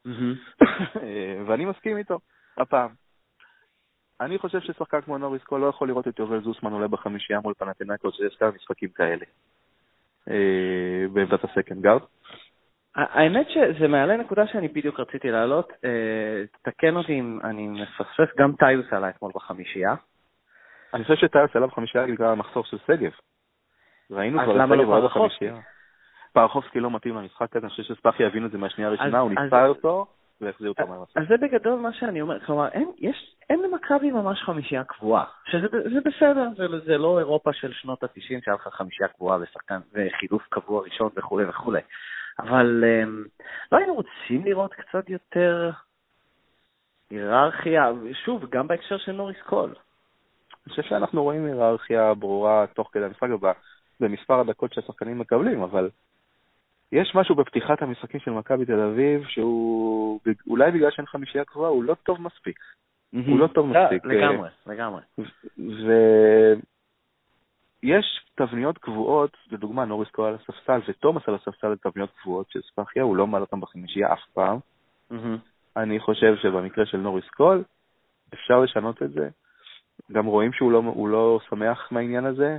ואני מסכים איתו, הפעם. אני חושב ששחקן כמו נוריס קול לא יכול לראות את יובל זוסמן עולה בחמישייה מול פנתנאיקוס, שיש כמה משחקים כאלה. בעמדת הסקנד גארד. האמת שזה מעלה נקודה שאני בדיוק רציתי לעלות, תקן אותי אם אני מפספס, גם טיוס עלה אתמול בחמישייה. אני חושב שטיוס עלה בחמישייה בגלל המחסור של סגב. ראינו כבר את סגב עלה בחמישייה. פרחובסקי לא מתאים למשחק הזה, אני חושב שספחי יבין את זה מהשנייה הראשונה, הוא ניסה אותו והחזיר אותו מהמשחק. אז זה בגדול מה שאני אומר, כלומר, אין למכבי ממש חמישייה קבועה, שזה בסדר, זה לא אירופה של שנות ה-90 שהיה לך חמישייה קבועה וחילוף קבוע ראשון וכו' וכו'. אבל לא היינו רוצים לראות קצת יותר היררכיה, שוב, גם בהקשר של נוריס קול. אני חושב שאנחנו רואים היררכיה ברורה תוך כדי המשחק במספר הדקות שהשחקנים מקבלים, אבל יש משהו בפתיחת המשחקים של מכבי תל אביב שהוא אולי בגלל שאין חמישייה קבועה, הוא לא טוב מספיק. הוא לא טוב מספיק. לגמרי. יש תבניות קבועות, לדוגמה נוריס קול על הספסל ותומאס על הספסל לתבניות קבועות של ספחיה, הוא לא מעלה אותם בחמישייה אף פעם. אני חושב שבמקרה של נוריס קול אפשר לשנות את זה. גם רואים שהוא לא שמח מהעניין הזה,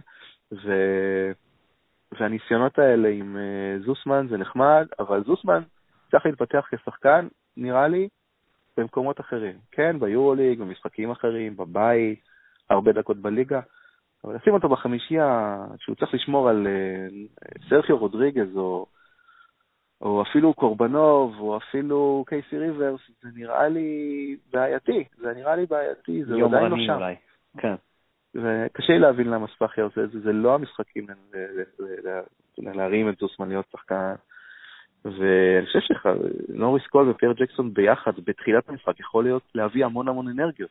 והניסיונות האלה עם זוסמן זה נחמד, אבל זוסמן צריך להתפתח כשחקן, נראה לי, במקומות אחרים. כן, ביורוליג, במשחקים אחרים, בבית, הרבה דקות בליגה, אבל לשים אותו בחמישייה, שהוא צריך לשמור על סרחיו רודריגז, או אפילו קורבנוב, או אפילו קייסי ריברס, זה נראה לי בעייתי, זה עדיין לא שם. אולי. כן. וקשה לי להבין למה ספחיה עושה את זה, זה לא המשחקים להרים את זוסמן להיות שחקן, ואני חושב שנוריס קול ופייר ג'קסון ביחד, בתחילת המשחק, יכול להיות להביא המון אנרגיות.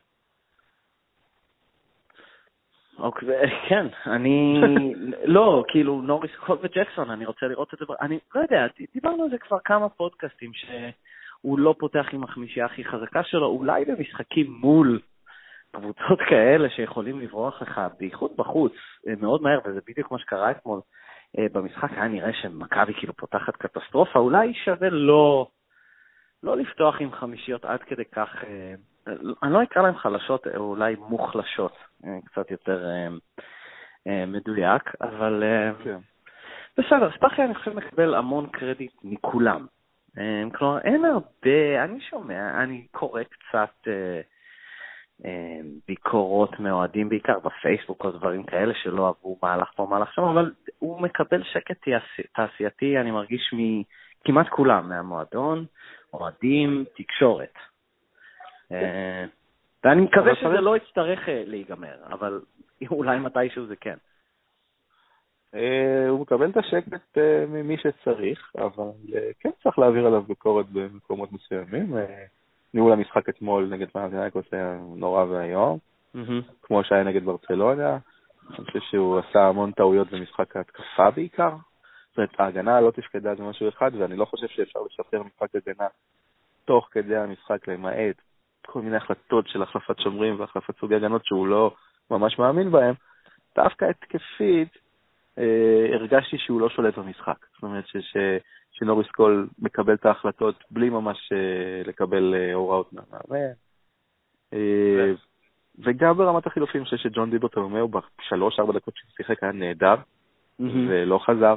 כן, לא, כאילו נוריס קול וג'קסון, אני רוצה לראות את זה, אני לא יודע, דיברנו על זה כבר כמה פודקאסטים, שהוא לא פותח עם החמישייה הכי חזקה שלו, אולי במשחקים מול קבוצות כאלה שיכולים לברוח לך, בייחוד בחוץ, מאוד מהר, וזה בדיוק מה שקרה אתמול במשחק, היה נראה שמכבי כאילו פותחת קטסטרופה, אולי שווה לא לפתוח עם חמישיות עד כדי כך, אני לא אקרא להם חלשות, אולי מוחלשות, קצת יותר מדויק, אבל בסדר, ספחיה אני חושב מקבל המון קרדיט מכולם. כלומר, אין הרבה, אני שומע, אני קורא קצת ביקורות מאוהדים, בעיקר בפייסבוק או דברים כאלה שלא אהבו מהלך פה מהלך שם, אבל הוא מקבל שקט תעשייתי, אני מרגיש מכמעט כולם, מהמועדון, אוהדים, תקשורת. ואני מקווה שזה לא יצטרך להיגמר, אבל אולי מתישהו זה כן. הוא מקבל את השקט ממי שצריך, אבל כן צריך להעביר עליו ביקורת במקומות מסוימים. ניהול המשחק אתמול נגד פנתנאיקוס היה נורא והיום, כמו שהיה נגד ברצלונה. אני חושב שהוא עשה המון טעויות במשחק ההתקפה בעיקר. זאת אומרת, ההגנה לא תפקדה זה משהו אחד, ואני לא חושב שאפשר לשפר משחק הגנה תוך כדי המשחק, למעט כל מיני החלטות של החלפת שומרים והחלפת סוגי הגנות שהוא לא ממש מאמין בהם. דווקא התקפית, הרגשתי שהוא לא שולט במשחק. זאת אומרת שנוריס קול מקבל את ההחלטות בלי ממש לקבל הוראות מהמאמן. וגם ברמת החילופים, אני חושב שג'ון דיברטולומיאו ב3-4 דקות ששיחק היה נהדר, ולא חזר.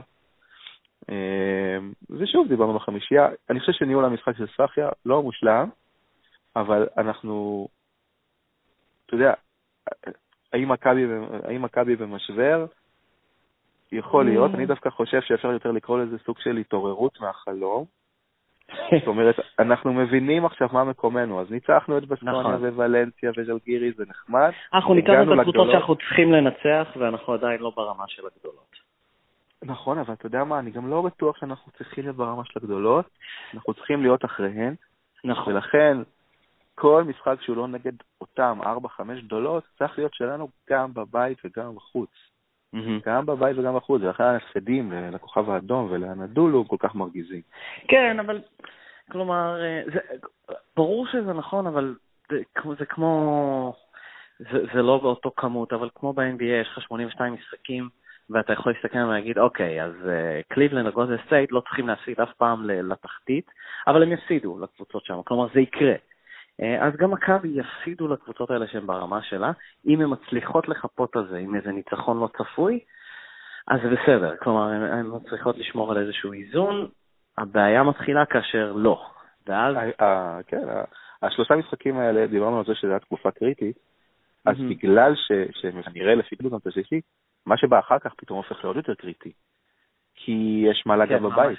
ושוב, דיברנו בחמישייה. אני חושב שניהול המשחק של ספאחיה לא מושלם, אבל אנחנו, אתה יודע, האם מכבי במשבר? יכול להיות. אני דווקא חושב שאפשר יותר לקרוא לזה סוג של התעוררות מהחלום. זאת אומרת, אנחנו מבינים עכשיו מה מקומנו, אז ניצחנו את בסקוניה וולנסיה וז'לגירי, זה נחמד. אנחנו ניצחנו את הקבוצות שאנחנו צריכים לנצח, ואנחנו עדיין לא ברמה של הגדולות. נכון, אבל אתה יודע מה, אני גם לא בטוח שאנחנו צריכים להיות ברמה של הגדולות, אנחנו צריכים להיות אחריהן. נכון. ולכן, כל משחק שהוא לא נגד אותם 4-5 גדולות, צריך להיות שלנו גם בבית וגם בחוץ. גם בבית וגם בחוץ, ולכן ההפסדים לכוכב האדום ולאנדולו כל כך מרגיזים. כן, אבל, כלומר, ברור שזה נכון, אבל זה כמו, זה לא באותו כמות, אבל כמו ב-NBA יש לך 82 משחקים, ואתה יכול להסתכל ולהגיד, אוקיי, אז קליבלנד וגולדן סטייט לא צריכים להפסיד אף פעם לתחתית, אבל הם יפסידו לקבוצות שם, כלומר זה יקרה. אז גם מכבי יפסידו לקבוצות האלה שהן ברמה שלה, אם הן מצליחות לחפות על זה, עם איזה ניצחון לא צפוי, אז זה בסדר, כלומר הן מצליחות לשמור על איזשהו איזון, הבעיה מתחילה כאשר לא. ואז... כן, השלושה משחקים האלה, דיברנו על זה שזו תקופה קריטית, אז בגלל שנראה לפי גם את השלישי, מה שבא אחר כך פתאום הופך לעוד יותר קריטי, כי יש מה לגב בבית,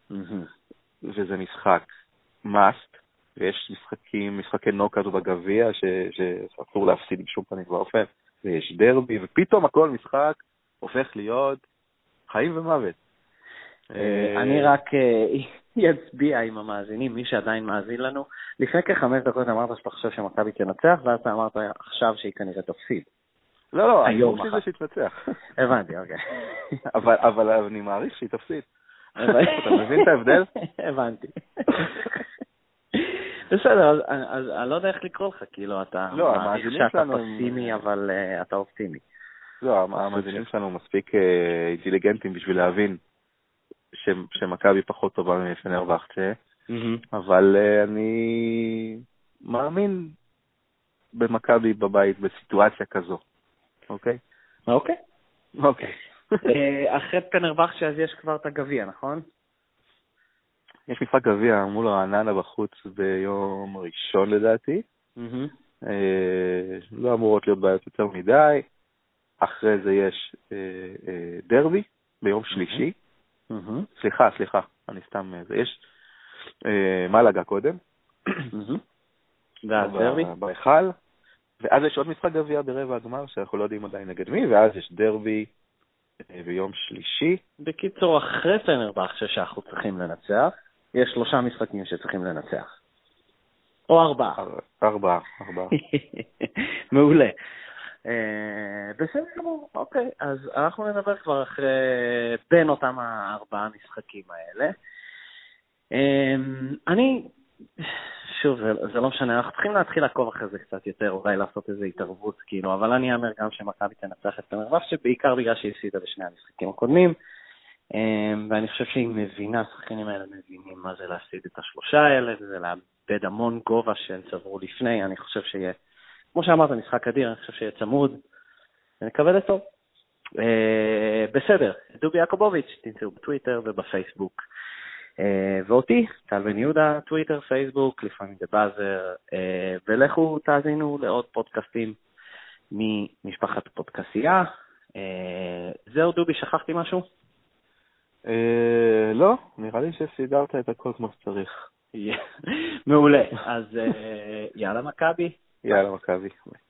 וזה משחק מאסט, ויש משחקי נוקאוט בגביע, שאסור להפסיד בשום פנים ואופן, ויש דרבי, ופתאום הכל משחק הופך להיות חיים ומוות. אני רק יצביע עם המאזינים, מי שעדיין מאזין לנו, לפני כ5 דקות אמרת שאתה חושב שמכבי תנצח, ואז אתה אמרת עכשיו שהיא כנראה תפסיד. לא, היום שזה שתנצח. הבנתי, אוקיי. אבל אני מעריך שהיא תפסיד. אתה מבין את ההבדל? הבנתי. בסדר, אז אני לא יודע איך לקרוא לך, כאילו אתה מעריך שאתה פסימי, אבל אתה אופטימי. לא, המאזינים שלנו מספיק אינטליגנטים בשביל להבין שמכבי פחות טובה מפנרבחצ'ה, אבל אני מאמין במכבי בבית בסיטואציה כזו. אוקיי? אוקיי. אוקיי. אחרי פנרבחצ'ה אז יש כבר את הגביע, נכון? יש משחק גביע מול רעננה בחוץ ביום ראשון לדעתי. לא אמורות להיות בעיות יותר מדי. אחרי זה יש דרבי ביום שלישי. סליחה, אני סתם... יש מלאגה קודם. ואז דרבי? בהיכל. ואז יש עוד משחק גביע ברבע הגמר, שאנחנו לא יודעים עדיין נגד מי, ואז יש דרבי ביום שלישי. בקיצור, אחרי פנרבחצ'ה שאנחנו צריכים לנצח, יש 3 משחקים שצריכים לנצח. או 4. 4. מעולה. בסדר גמור, אוקיי. אז אנחנו נדבר כבר אחרי בין אותם 4 משחקים האלה. שוב, זה לא משנה, אנחנו צריכים להתחיל לעקוב אחרי זה קצת יותר, אולי לעשות איזו התערבות, כאילו, אבל אני אומר גם שמכבי תנצח את פנרבחצ'ה, שבעיקר בגלל שהיא הפסידה בשני המשחקים הקודמים, ואני חושב שהיא מבינה, השחקנים האלה מבינים מה זה להפסיד את ה3 האלה, זה לאבד המון גובה שהם צברו לפני, אני חושב שיהיה, כמו שאמרת, משחק אדיר, אני חושב שיהיה צמוד, ונקבל את טוב. בסדר, דובי יעקובוביץ', תמצאו בטוויטר ובפייסבוק. ואותי, טל בן יהודה, טוויטר, פייסבוק, לפעמים בבאזר, ולכו תאזינו לעוד פודקאסטים ממשפחת פודקאסייה. זהו דובי, שכחתי משהו? לא, נראה לי שסידרת את הכל כמו שצריך. מעולה, אז יאללה מכבי. יאללה מכבי.